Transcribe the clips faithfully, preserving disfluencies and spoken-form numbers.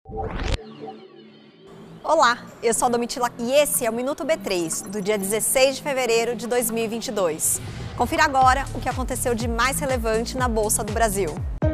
Olá, eu sou a Domitila e esse é o Minuto B três, do dia dezesseis de fevereiro de dois mil e vinte e dois. Confira agora o que aconteceu de mais relevante na Bolsa do Brasil.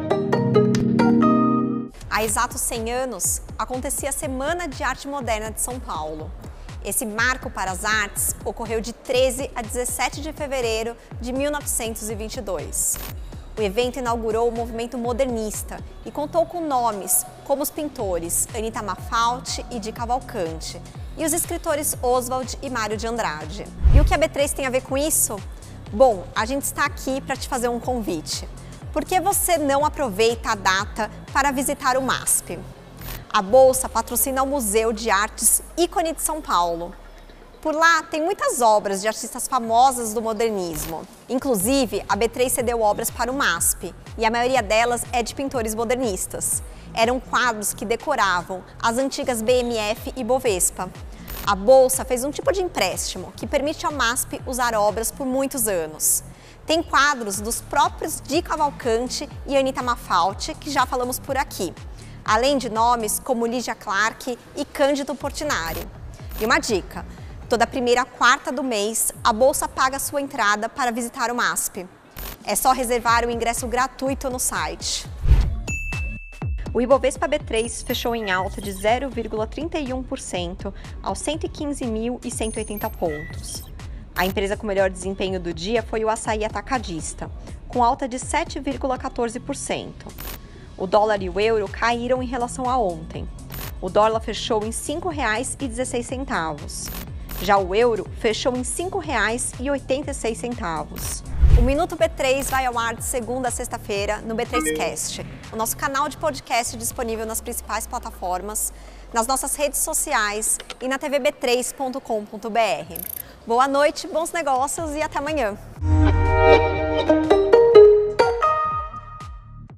Há exatos cem anos, acontecia a Semana de Arte Moderna de São Paulo. Esse marco para as artes ocorreu de treze a dezessete de fevereiro de mil novecentos e vinte e dois. O evento inaugurou o movimento modernista e contou com nomes como os pintores Anita Malfatti e Di Cavalcanti e os escritores Oswald e Mário de Andrade. E o que a B três tem a ver com isso? Bom, a gente está aqui para te fazer um convite. Por que você não aproveita a data para visitar o MASP? A Bolsa patrocina o Museu de Artes Ícone de São Paulo. Por lá tem muitas obras de artistas famosas do modernismo. Inclusive, a B três cedeu obras para o MASP e a maioria delas é de pintores modernistas. Eram quadros que decoravam as antigas B M F e Bovespa. A Bolsa fez um tipo de empréstimo que permite ao MASP usar obras por muitos anos. Tem quadros dos próprios Di Cavalcanti e Anita Malfatti, que já falamos por aqui, além de nomes como Lygia Clark e Cândido Portinari. E uma dica: toda primeira quarta do mês, a Bolsa paga sua entrada para visitar o MASP. É só reservar o ingresso gratuito no site. O Ibovespa B três fechou em alta de zero vírgula trinta e um por cento aos cento e quinze mil e cento e oitenta pontos. A empresa com melhor desempenho do dia foi o Açaí Atacadista, com alta de sete vírgula quatorze por cento. O dólar e o euro caíram em relação a ontem. O dólar fechou em cinco reais e dezesseis centavos. Já o euro fechou em cinco reais e oitenta e seis centavos. O Minuto B três vai ao ar de segunda a sexta-feira no B três Cast, o nosso canal de podcast disponível nas principais plataformas, nas nossas redes sociais e na t v b três ponto com ponto b r. Boa noite, bons negócios e até amanhã!